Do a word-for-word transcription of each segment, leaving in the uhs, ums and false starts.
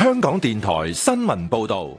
香港電台新聞報導。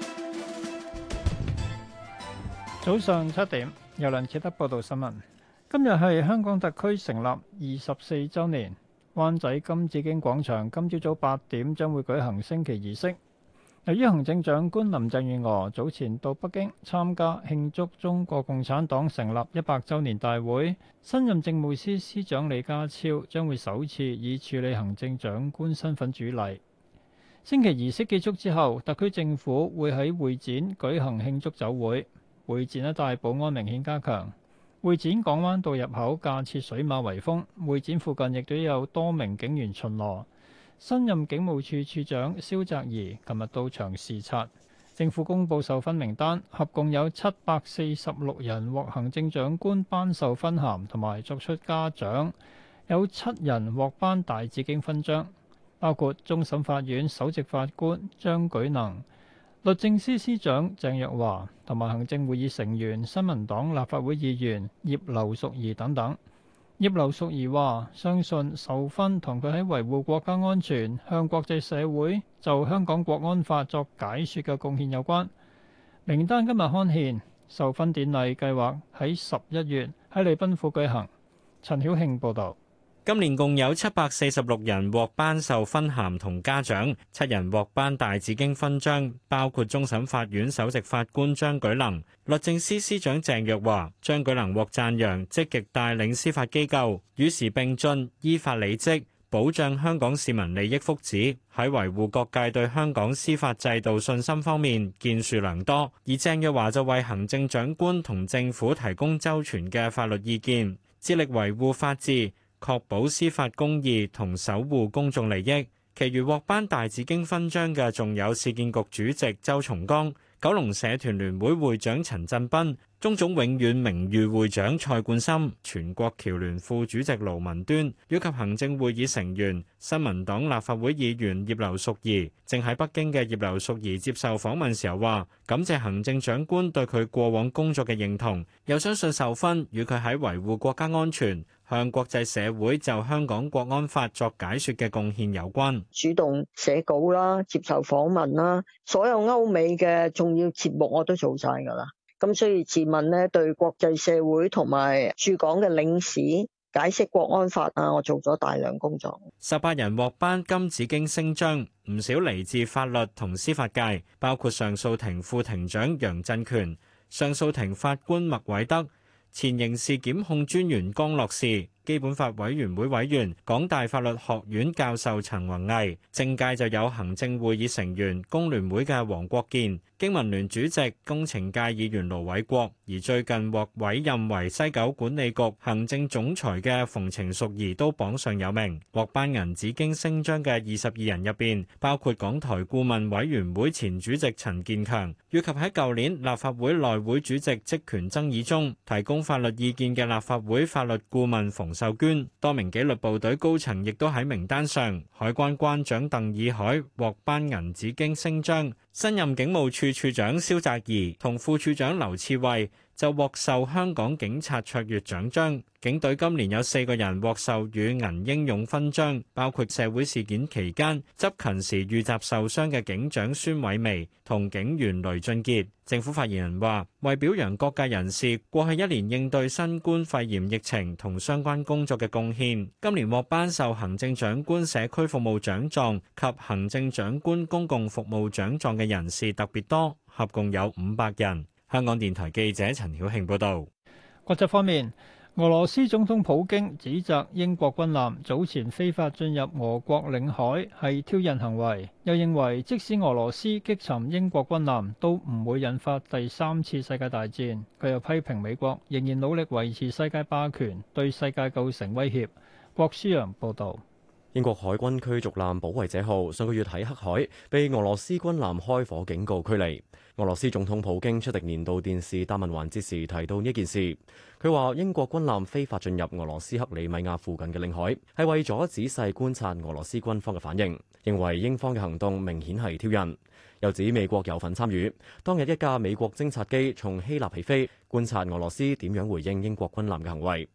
早上七點，由梁啟德報道新聞。今日係香港特區成立二十四週年，灣仔金紫荊廣場今朝早八點將會舉行升旗儀式。由於行政長官林鄭月娥早前到北京參加慶祝中國共產黨成立一百週年大會，新任政務司司長李家超將會首次以處理行政長官身份主禮。升旗儀式結束之後，特區政府會喺會展舉行慶祝酒會。會展一帶保安明顯加強，會展港灣道入口架設水馬圍封，會展附近亦都有多名警員巡邏。新任警務處處長蕭澤頤琴日到場視察。政府公布授勳名單，合共有七百四十六人獲行政長官頒授勳銜同埋作出嘉獎，有七人獲頒大紫荊勳章，包括終審法院首席法官張舉能、律政司司長鄭若驊同埋行政會議成員、新民黨立法會議員葉劉淑儀等等。葉劉淑儀話：相信授勳同佢喺維護國家安全、向國際社會就香港國安法作解說嘅貢獻有關。名單今日刊憲，授勳典禮計劃喺十一月喺禮賓府舉行。陳曉慶報導。 今年共有七百四十六人獲頒授勳銜同嘉獎，七人獲頒大紫荊勳章，包括終審法院首席法官張舉能、律政司司長鄭若驊。張舉能獲讚揚積極帶領司法機構與時並進，依法履職，保障香港市民利益福祉，喺維護各界對香港司法制度信心方面建樹良多。而鄭若驊就為行政長官同政府提供周全嘅法律意見，致力維護法治，確保司法公義同守護公眾利益。其餘獲頒大紫荊勳章嘅仲有市建局主席周松崗、九龍社團聯會會長陳振彬、中總永遠名譽會長蔡冠深、全國僑聯副主席盧文端，以及行政會議成員、新民黨立法會議員葉劉淑儀。正喺北京嘅葉劉淑儀接受訪問時候話，感謝行政長官對佢過往工作嘅認同，又相信授勳與佢喺維護國家安全、向國際社會就香港國安法作解說嘅貢獻有關。 主動寫稿啦，接受訪問啦，所有歐美嘅重要節目我都做晒㗎啦。咁所以自問呢，對國際社會同埋駐港嘅領事解釋國安法啊，我做咗大量工作。 十八人獲頒金紫荊星章，唔少嚟自法律同司法界，包括上訴庭副庭長楊振權、上訴庭法官麥偉德、前刑事檢控專員江樂士、基本法委員會委員、港大法律學院教授陳宏毅。政界就有行政會議成員、工聯會嘅黃國健、經民聯主席、工程界議員盧偉國，而最近獲委任為西九管理局行政總裁嘅馮程淑儀都榜上有名。獲頒銀紫荊星章嘅二十二人入邊，包括港台顧問委員會前主席陳建強，以及喺舊年立法會內會主席職權爭議中提供法律意見嘅立法會法律顧問馮秀娟。多名紀律部隊高層亦都喺名單上。海關關長鄧以海獲頒銀紫荊星章，新任警務處處長蕭澤頤同副處長劉賜蕙就獲授香港警察卓越獎章。警隊今年有四個人獲授與銀英勇勳章，包括社會事件期間執勤時遇襲受傷嘅警長孫偉薇同警員雷俊傑。政府發言人話，為表揚各界人士過去一年應對新冠肺炎疫情同相關工作嘅貢獻，今年獲頒授行政長官社區服務獎狀及行政長官公共服務獎狀嘅人士特別多，合共有五百人。香港電台記者陳曉慶報導。 國際方面，俄羅斯總統普京指責英國軍艦早前非法進入俄國領海係挑釁行為，又認為即使俄羅斯擊沉英國軍艦，都唔會引發第三次世界大戰。佢又批評美國仍然努力維持世界霸權，對世界構成威脅。郭舒陽報導。 英國海軍驅逐艦保衛者號上個月喺黑海被俄羅斯軍艦開火警告驅離。俄羅斯總統普京出席年度電視答問環節時提到呢件事，佢話英國軍艦非法進入俄羅斯克里米亞附近嘅領海，係為咗仔細觀察俄羅斯軍方嘅反應，認為英方嘅行動明顯係挑釁，又指美國有份參與。當日一架美國偵察機從希臘起飛，觀察俄羅斯點樣回應英國軍艦嘅行為。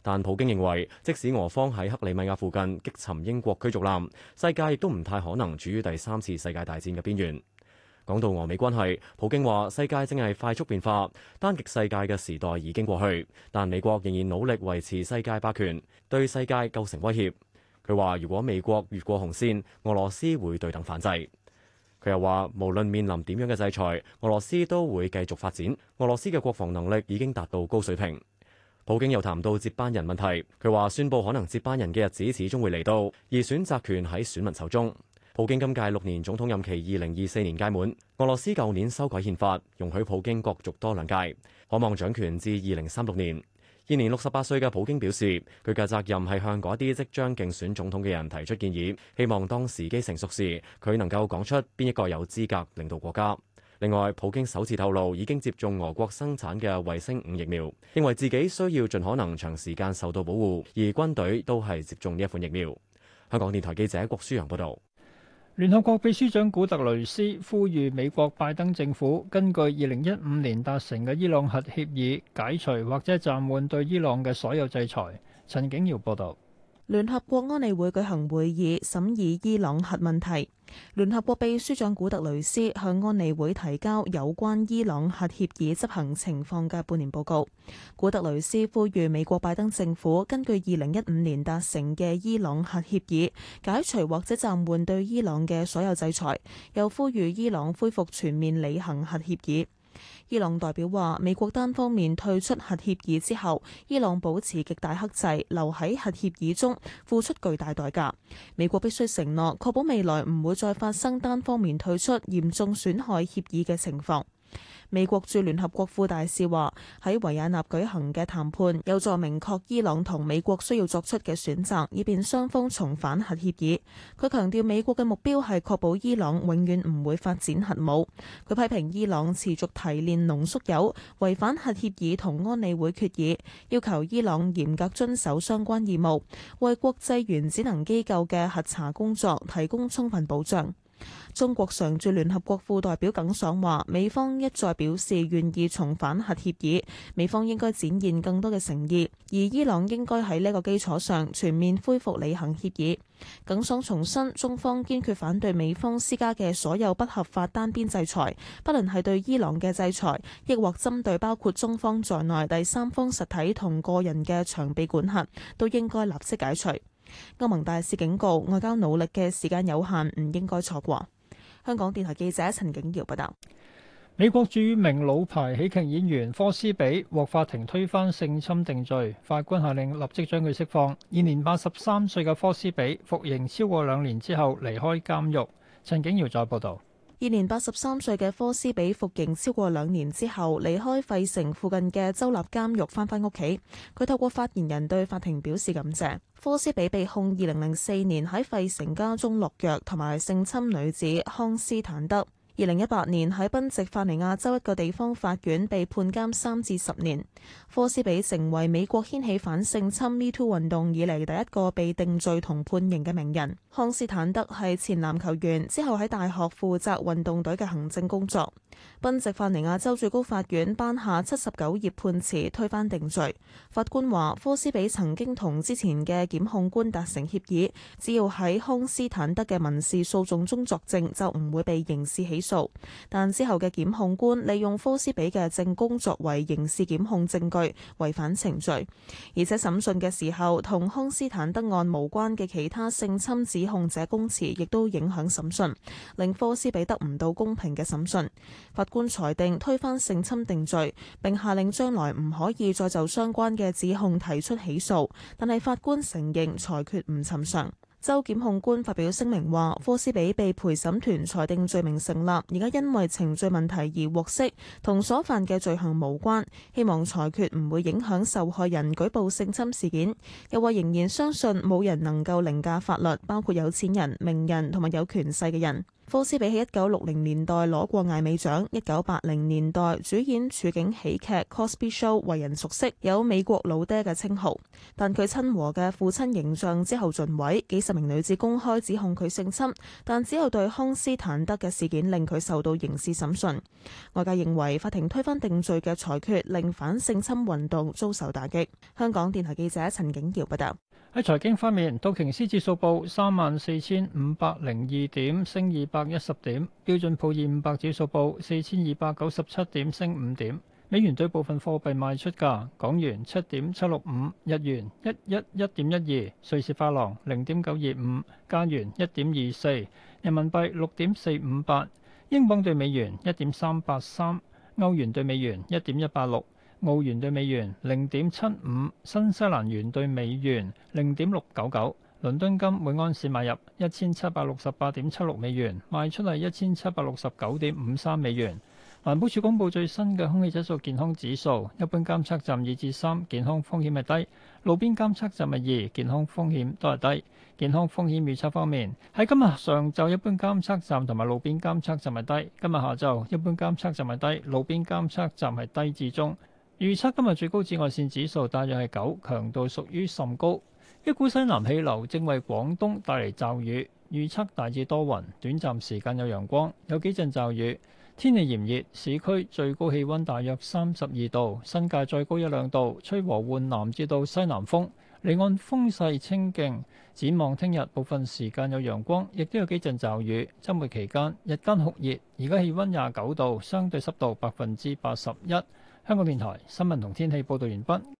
但普京認為，即使俄方喺克里米亞附近擊沉英國驅逐艦，世界亦都唔太可能處於第三次世界大戰嘅邊緣。講到俄美關係，普京話世界正係快速變化，單極世界嘅時代已經過去，但美國仍然努力維持世界霸權，對世界構成威脅。佢話如果美國越過紅線，俄羅斯會對等反制。佢又話無論面臨點樣嘅制裁，俄羅斯都會繼續發展。俄羅斯嘅國防能力已經達到高水平。普京又談到接班人問題，佢話宣佈可能接班人嘅日子始終會嚟到，而選擇權喺選民手中。普京今屆六年總統任期二零二四年屆滿，俄羅斯舊年修改憲法，容許普京角逐多兩屆，可望掌權至二零三六年。現年六十八歲嘅普京表示，佢嘅責任係向嗰啲即將競選總統嘅人提出建議，希望當時機成熟時，佢能夠講出邊一個有資格領導國家。另外，普京首次透露已經接種俄國生產嘅衛星五疫苗，認為自己需要盡可能長時間受到保護，而軍隊都係接種呢一款疫苗。香港電台記者郭舒陽報導。 聯合國秘書長古特雷斯呼籲美國拜登政府根據二零一五年達成嘅伊朗核協議，解除或者暫緩對伊朗嘅所有制裁。陳景堯報導。 聯合國安理會舉行會議審議伊朗核問題。聯合國秘書長古特雷斯向安理會提交有關伊朗核協議執行情況嘅半年報告。古特雷斯呼籲美國拜登政府根據二零一五年達成嘅伊朗核協議，解除或者暫緩對伊朗嘅所有制裁，又呼籲伊朗恢復全面履行核協議。伊朗代表話，美國單方面退出核協議之後，伊朗保持極大克制，留喺核協議中，付出巨大代價。美國必須承諾，確保未來唔會再發生單方面退出，嚴重損害協議嘅情況。美國駐聯合國副大使話，喺維也納舉行嘅談判有助明確伊朗同美國需要作出嘅選擇，以便雙方重返核協議。佢強調美國嘅目標係確保伊朗永遠唔會發展核武。佢批評伊朗持續提煉濃縮鈾，違反核協議同安理會決議，要求伊朗嚴格遵守相關義務，為國際原子能機構嘅核查工作提供充分保障。中國常駐聯合國副代表耿爽話，美方一再表示願意重返核協議，美方應該展現更多嘅誠意，而伊朗應該喺呢個基礎上全面恢復履行協議。耿爽重申，中方堅決反對美方施加嘅所有不合法單邊制裁，不論係對伊朗嘅制裁，亦或針對包括中方在內第三方實體同個人嘅長臂管轄，都應該立即解除。歐盟大使警告，外交努力嘅時間有限，唔應該錯過。香港電台記者陳景堯報道。 美國著名老牌喜劇演員科斯比獲法庭推翻性侵定罪，法官下令立即將佢釋放。現年八十三歲嘅科斯比服刑超過兩年之後離開監獄。陳景堯再報道。 現年八十三歲嘅科斯比服刑超過兩年之後離開費城附近嘅州立監獄，翻返屋企。佢透過發言人對法庭表示感謝。科斯比被控二零零四年喺費城家中落藥同埋性侵女子康斯坦德。二零一八年喺賓夕法尼亞州一個地方法院被判監三至十年。科斯比成為美國掀起反性侵 Me Too 運動以嚟第一個被定罪同判刑嘅名人。康斯坦德係前籃球員，之後喺大學負責運動隊嘅行政工作。賓夕法尼亞州最高法院頒下七十九頁判詞推翻定罪。法官話，科斯比曾經同之前嘅檢控官達成協議，只要喺康斯坦德嘅民事訴訟中作證，就唔會被刑事起訴。但之後嘅檢控官利用科斯比嘅證供作為刑事檢控證據，違反程序。而且審訊嘅時候，同康斯坦德案無關嘅其他性侵指控者供詞，亦都影響審訊，令科斯比得唔到公平嘅審訊。法官裁定推翻性侵定罪，並下令將來唔可以再就相關嘅指控提出起訴。但係法官承認裁決唔尋常。州檢控官發表聲明話，科斯比被陪審團裁定罪名成立，而家因為程序問題而獲釋，同所犯嘅罪行無關。希望裁決唔會影響受害人舉報性侵事件。又話仍然相信冇人能夠凌駕法律，包括有錢人、名人同埋有權勢嘅人。 福斯比起一九六零年代攞過艾美獎，一九八零年代主演處境喜劇《Cosby Show》為人熟悉，有美國老爹嘅稱號。但佢親和嘅父親形象之後盡毀，幾十名女子公開指控佢性侵，但只有對康斯坦德嘅事件令佢受到刑事審訊。外界認為法庭推翻定罪嘅裁決令反性侵運動遭受打擊。香港電台記者陳景瑤報道。 喺財經方面，道瓊斯指數報三萬四千五百零二點，升二百一十點；標準普爾五百指數報四千二百九十七點，升五點。美元對部分貨幣賣出價：港元七點七六五，日元一一一點一二，瑞士法郎零點九二五，加元一點二四，人民幣六點四五八，英鎊對美元一點三八三，歐元對美元一點一八六。澳元對美元零點七五，新西蘭元對美元零點六九九，倫敦金每安士買入一千七百六十八點七六美元，賣出係一千七百六十九點五三美元。環保署公布最新嘅空氣質素健康指數，一般監測站二至三，健康風險係低；路邊監測站係二，健康風險都係低。健康風險預測方面，喺今日上晝一般監測站同埋路邊監測站係低；今日下晝一般監測站係低，路邊監測站係低至中。預測今日最高紫外線指數大約係九，強度屬於甚高。一股西南氣流正為廣東帶嚟驟雨，預測大致多雲，短暫時間有陽光，有幾陣驟雨。天氣炎熱，市區最高氣温大約三十二度，新界再高一兩度，吹和緩南至到西南風，離岸風勢清勁。展望聽日部分時間有陽光，亦都有幾陣驟雨。週末期間日間酷熱，而家氣温廿九度，相對濕度百分之八十一。香港電台新聞同天氣報導完畢。